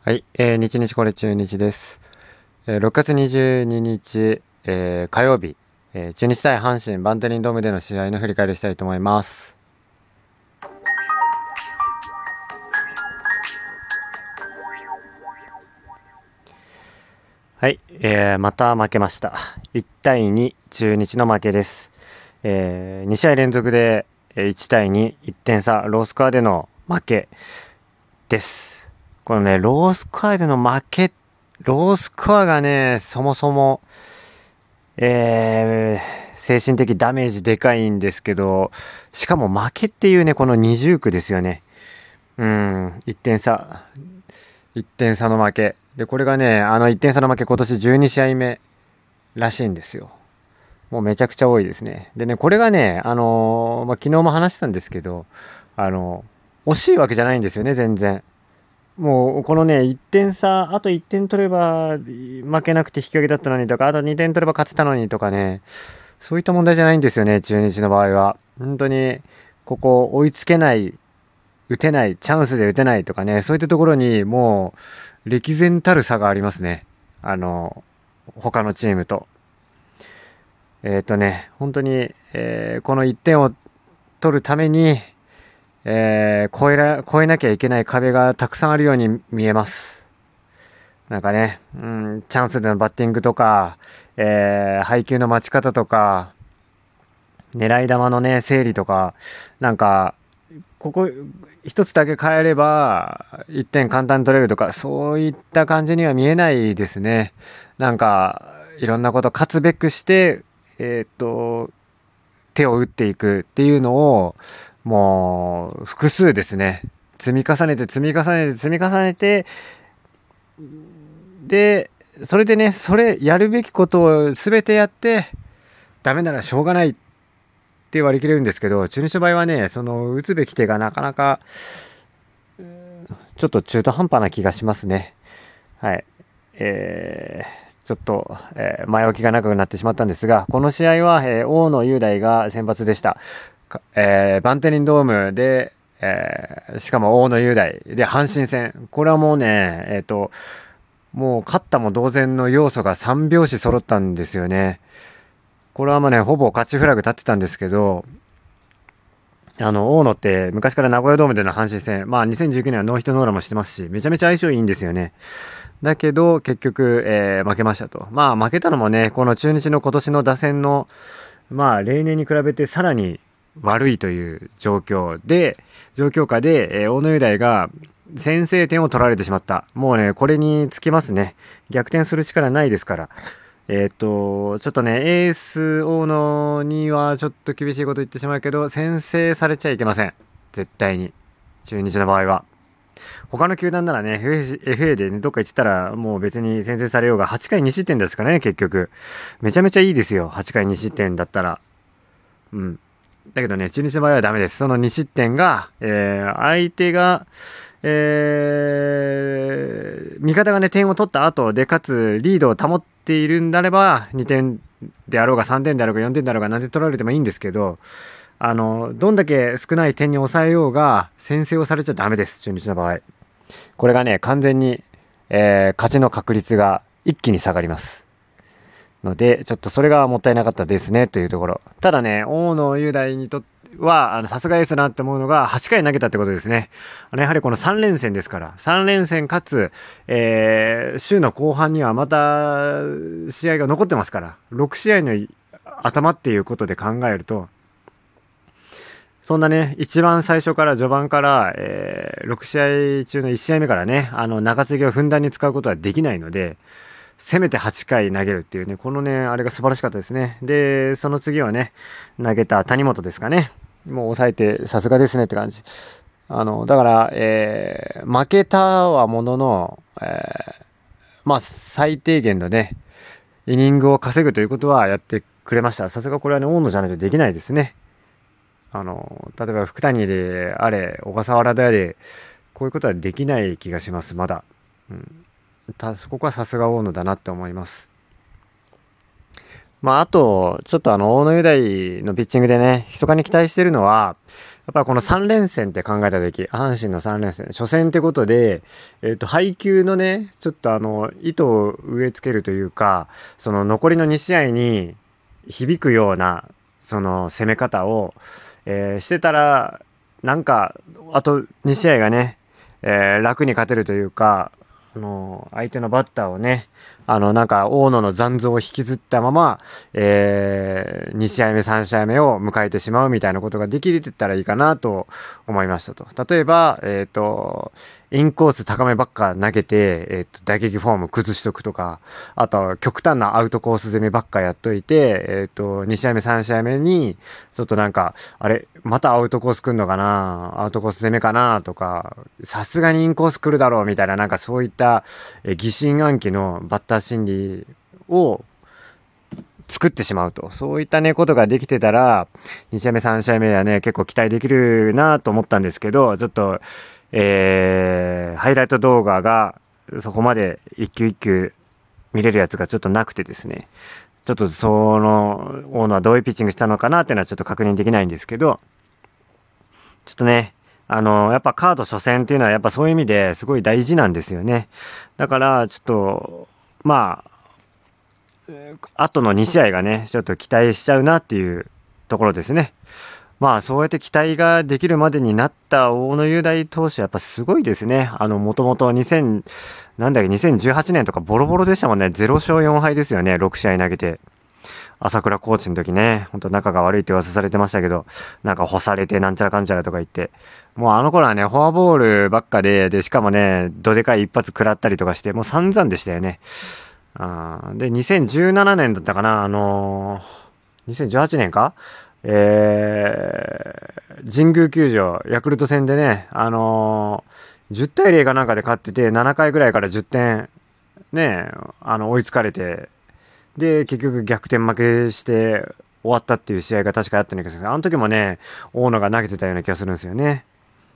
はい、日日これ中日です。6月22日、火曜日、中日対阪神バンテリンドームでの試合の振り返りしたいと思います。はい、また負けました。1対2、中日の負けです。2試合連続で、1対2、1点差、ロースコアでの負けです。このね、ロースコアがね、そもそも、精神的ダメージでかいんですけど、しかも負けっていうね、この二重苦ですよね。1点差。1点差の負け。で、これがね、1点差の負け今年12試合目らしいんですよ。もうめちゃくちゃ多いですね。でね、これがね、昨日も話したんですけど、惜しいわけじゃないんですよね、全然。もう、このね、1点差、あと1点取れば負けなくて引き分けだったのにとか、あと2点取れば勝てたのにとかね、そういった問題じゃないんですよね、中日の場合は。本当に、ここ追いつけない、打てない、チャンスで打てないとかね、そういったところにもう、歴然たる差がありますね。他のチームと。本当に、この1点を取るために、越えなきゃいけない壁がたくさんあるように見えます。なんかね、チャンスでのバッティングとか、配球の待ち方とか、狙い球のね、整理とか、なんか、ここ、一つだけ変えれば、一点簡単に取れるとか、そういった感じには見えないですね。なんか、いろんなこと勝つべくして、手を打っていくっていうのを、もう、複数ですね。積み重ねて、積み重ねて、積み重ねて、で、それでね、やるべきことを全てやって、ダメならしょうがないって割り切れるんですけど、中日の場合はね、打つべき手がなかなか、ちょっと中途半端な気がしますね。はい。ちょっと、前置きが長くなってしまったんですが、この試合は、大野雄大が先発でした。バンテリンドームで、しかも大野雄大で阪神戦。これはもうね、もう勝ったも同然の要素が3拍子揃ったんですよね。これはもうね、ほぼ勝ちフラグ立ってたんですけど、大野って昔から名古屋ドームでの阪神戦、まあ2019年はノーヒットノーランもしてますし、めちゃめちゃ相性いいんですよね。だけど、結局、負けましたと。まあ負けたのもね、この中日の今年の打線の、まあ例年に比べてさらに悪いという状況下で、大野雄大が先制点を取られてしまった。もうね、これにつきますね。逆転する力ないですから。ちょっとね、エース大野にはちょっと厳しいこと言ってしまうけど、先制されちゃいけません。絶対に。中日の場合は。他の球団ならね、FA でね、どっか行ってたら、もう別に先制されようが、8回2失点ですかね、結局。めちゃめちゃいいですよ、8回2失点だったら。うん。だけどね、中日の場合はダメです。その2失点が、相手が、味方がね、点を取った後で、かつ、リードを保っているんであれば、2点であろうが3点であろうが4点であろうが何点取られてもいいんですけど、どんだけ少ない点に抑えようが、先制をされちゃダメです、中日の場合。これがね、完全に、勝ちの確率が一気に下がります。ので、ちょっとそれがもったいなかったですね、というところ。ただね、大野雄大にとっては、さすがエースだなって思うのが、8回投げたってことですね。やはりこの3連戦ですから、3連戦かつ、週の後半にはまた、試合が残ってますから、6試合の頭っていうことで考えると、そんなね、一番最初から序盤から、6試合中の1試合目からね、中継ぎをふんだんに使うことはできないので、せめて8回投げるっていうね、このね、あれが素晴らしかったですね。で、その次はね、投げた谷本ですかね。もう抑えてさすがですねって感じ。だから、負けたはものの、まあ、最低限のね、イニングを稼ぐということはやってくれました。さすがこれはね、大野じゃないとできないですね。例えば福谷であれ、小笠原であれ、こういうことはできない気がします、まだ。うん。ここはさすが大野だなって思います。まあ、あと、ちょっと大野雄大のピッチングでね、密かに期待してるのは、 っぱこの3連戦って考えたとき、阪神の3連戦、初戦ってことで、配球のね、ちょっと意図を植え付けるというか、その残りの2試合に響くような、その攻め方を、してたら、なんか、あと2試合がね、楽に勝てるというか、相手のバッターをね、なんか、大野の残像を引きずったまま、2試合目、3試合目を迎えてしまうみたいなことができてたらいいかなと思いましたと。例えば、インコース高めばっか投げて、打撃フォーム崩しとくとか、あと、極端なアウトコース攻めばっかやっといて、2試合目、3試合目に、ちょっとなんか、あれ、またアウトコース来んのかな、アウトコース攻めかなとか、さすがにインコース来るだろうみたいな、なんかそういった、疑心暗鬼のバッター心理を作ってしまうと。そういったね、ことができてたら、2試合目、3試合目はね、結構期待できるなと思ったんですけど、ちょっと、ハイライト動画がそこまで一球一球見れるやつがちょっとなくてですね、ちょっとその、大野はどういうピッチングしたのかなっていうのはちょっと確認できないんですけど、ちょっとね、やっぱカード初戦っていうのはやっぱそういう意味ですごい大事なんですよね。だから、ちょっと、まあ、後の2試合がね、ちょっと期待しちゃうなっていうところですね。まあ、そうやって期待ができるまでになった大野雄大投手、やっぱすごいですね。もともと2000、なんだっけ、2018年とかボロボロでしたもんね。0勝4敗ですよね。6試合投げて。朝倉コーチの時ね、ほんと仲が悪いって噂されてましたけど、なんか干されてなんちゃらかんちゃらとか言って、もうあの頃はね、フォアボールばっかで、しかもね、どでかい一発食らったりとかして、もう散々でしたよね。で、2017年だったかな、2018年か神宮球場、ヤクルト戦でね、10対0かなんかで勝ってて、7回ぐらいから10点、ね、追いつかれて、で、結局逆転負けして終わったっていう試合が確かあったんだけど、あの時もね、大野が投げてたような気がするんですよね。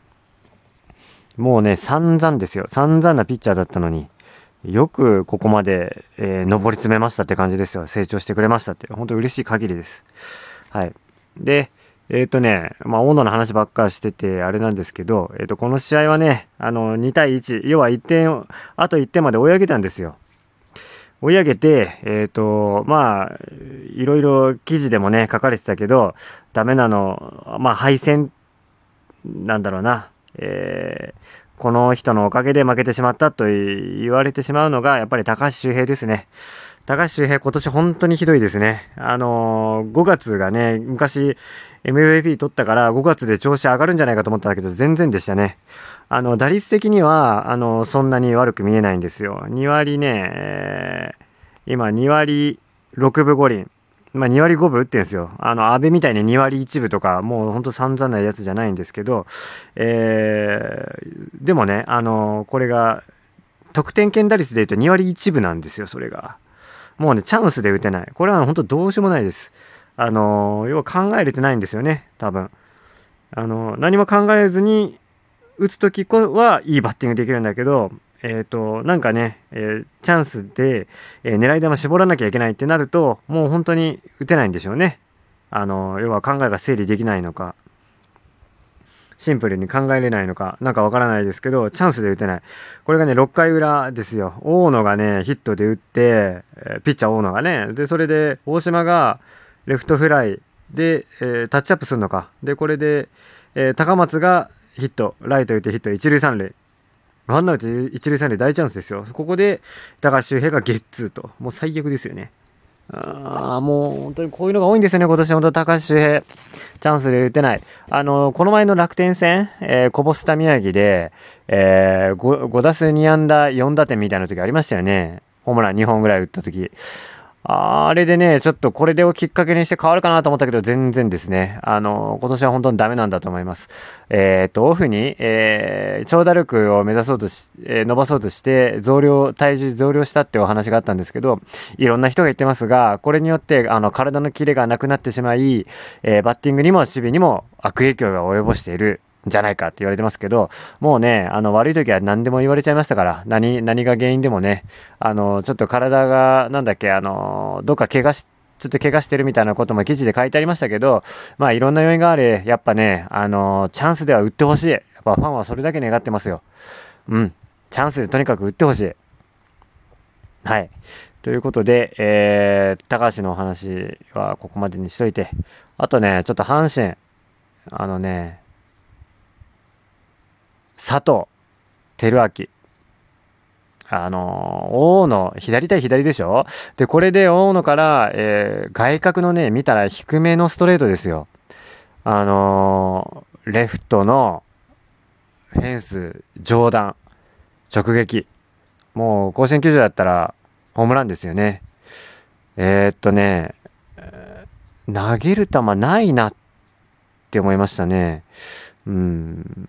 もうね、散々ですよ。散々なピッチャーだったのに、よくここまで、上り詰めましたって感じですよ。成長してくれましたって。本当嬉しい限りです。はい。で、まあ、大野の話ばっかしてて、あれなんですけど、この試合はね、2対1、要は1点、あと1点まで追い上げたんですよ。追い上げて、まあ、いろいろ記事でもね、書かれてたけど、ダメなの、まあ、敗戦、なんだろうな、この人のおかげで負けてしまったと言われてしまうのが、やっぱり高橋周平ですね。高橋周平今年本当にひどいですね。5月がね、昔 MVP 取ったから5月で調子上がるんじゃないかと思ったんだけど、全然でしたね。打率的には、そんなに悪く見えないんですよ。2割ね、今2割6分5厘。まあ2割5分打ってんですよ。安倍みたいに2割1分とか、もうほんと散々なやつじゃないんですけど、でもね、これが、得点圏打率で言うと2割1分なんですよ、それが。もうね、チャンスで打てない。これは本当どうしようもないです。要は考えれてないんですよね、多分。何も考えずに打つときはいいバッティングできるんだけど、なんかね、チャンスで、狙い球絞らなきゃいけないってなると、もう本当に打てないんでしょうね。要は考えが整理できないのか、シンプルに考えれないのか、なんかわからないですけど、チャンスで打てない。これがね、6回裏ですよ。大野がね、ヒットで打って、ピッチャー大野がね、で、それで、大島がレフトフライで、タッチアップするのか。で、これで、高松がヒット、ライト打ってヒット、一塁三塁。ワンアウト一塁三塁大チャンスですよ。ここで、高橋周平がゲッツーと。もう最悪ですよね。もう本当にこういうのが多いんですよね、今年本当高橋周平。チャンスで打てない。この前の楽天戦、コボスタ宮城で、5打数2安打4打点みたいな時ありましたよね。ホームラン2本ぐらい打った時。あれでね、ちょっとこれでをきっかけにして変わるかなと思ったけど、全然ですね。今年は本当にダメなんだと思います。オフに、長打力を目指そうとし、伸ばそうとして、体重増量したってお話があったんですけど、いろんな人が言ってますが、これによって、体のキレがなくなってしまい、バッティングにも守備にも悪影響が及ぼしている。じゃないかって言われてますけど、もうね、悪い時は何でも言われちゃいましたから、何が原因でもね、ちょっと体が、なんだっけ、どっか怪我しちょっと怪我してるみたいなことも記事で書いてありましたけど、まあいろんな要因があれ、やっぱね、チャンスでは打ってほしい。やっぱファンはそれだけ願ってますよ。うん。チャンスでとにかく打ってほしい。はい。ということで、高橋のお話はここまでにしといて、あとね、ちょっと阪神、佐藤輝明。大野、左対左でしょ。で、これで大野から、外角のね、見たら低めのストレートですよ。レフトのフェンス上段、直撃。もう甲子園球場だったらホームランですよね。えーっとね、投げる球ないなって思いましたね。うん。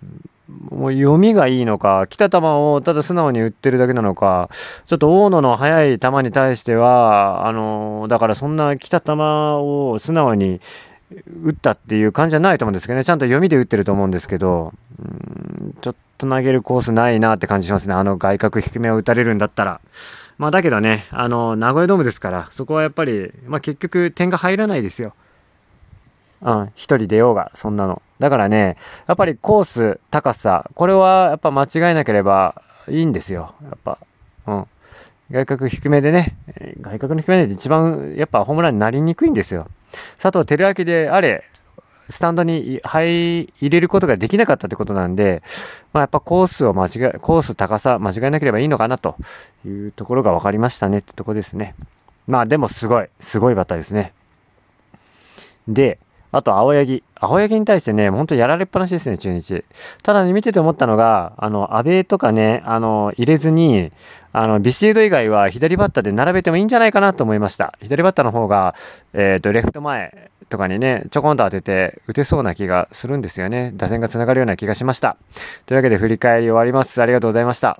もう読みがいいのか、来た球をただ素直に打ってるだけなのか、ちょっと大野の速い球に対しては、だからそんな来た球を素直に打ったっていう感じじゃないと思うんですけどね。ちゃんと読みで打ってると思うんですけど、ちょっと投げるコースないなって感じしますね。外角低めを打たれるんだったら。まあだけどね、名古屋ドームですから、そこはやっぱり、まあ結局点が入らないですよ。うん、一人出ようが、そんなの。だからね、やっぱりコース、高さ、これはやっぱ間違えなければいいんですよ。やっぱ。うん。外角低めでね、外角の低めで一番やっぱホームランになりにくいんですよ。佐藤輝明であれ、スタンドに入れることができなかったってことなんで、まあやっぱコース高さ間違えなければいいのかなというところが分かりましたねってとこですね。まあでもすごいバッターですね。で、あと、青柳。青柳に対してね、ほんとやられっぱなしですね、中日。ただね、見てて思ったのが、安倍とかね、入れずに、ビシエド以外は左バッターで並べてもいいんじゃないかなと思いました。左バッターの方が、レフト前とかにね、ちょこんと当てて打てそうな気がするんですよね。打線が繋がるような気がしました。というわけで振り返り終わります。ありがとうございました。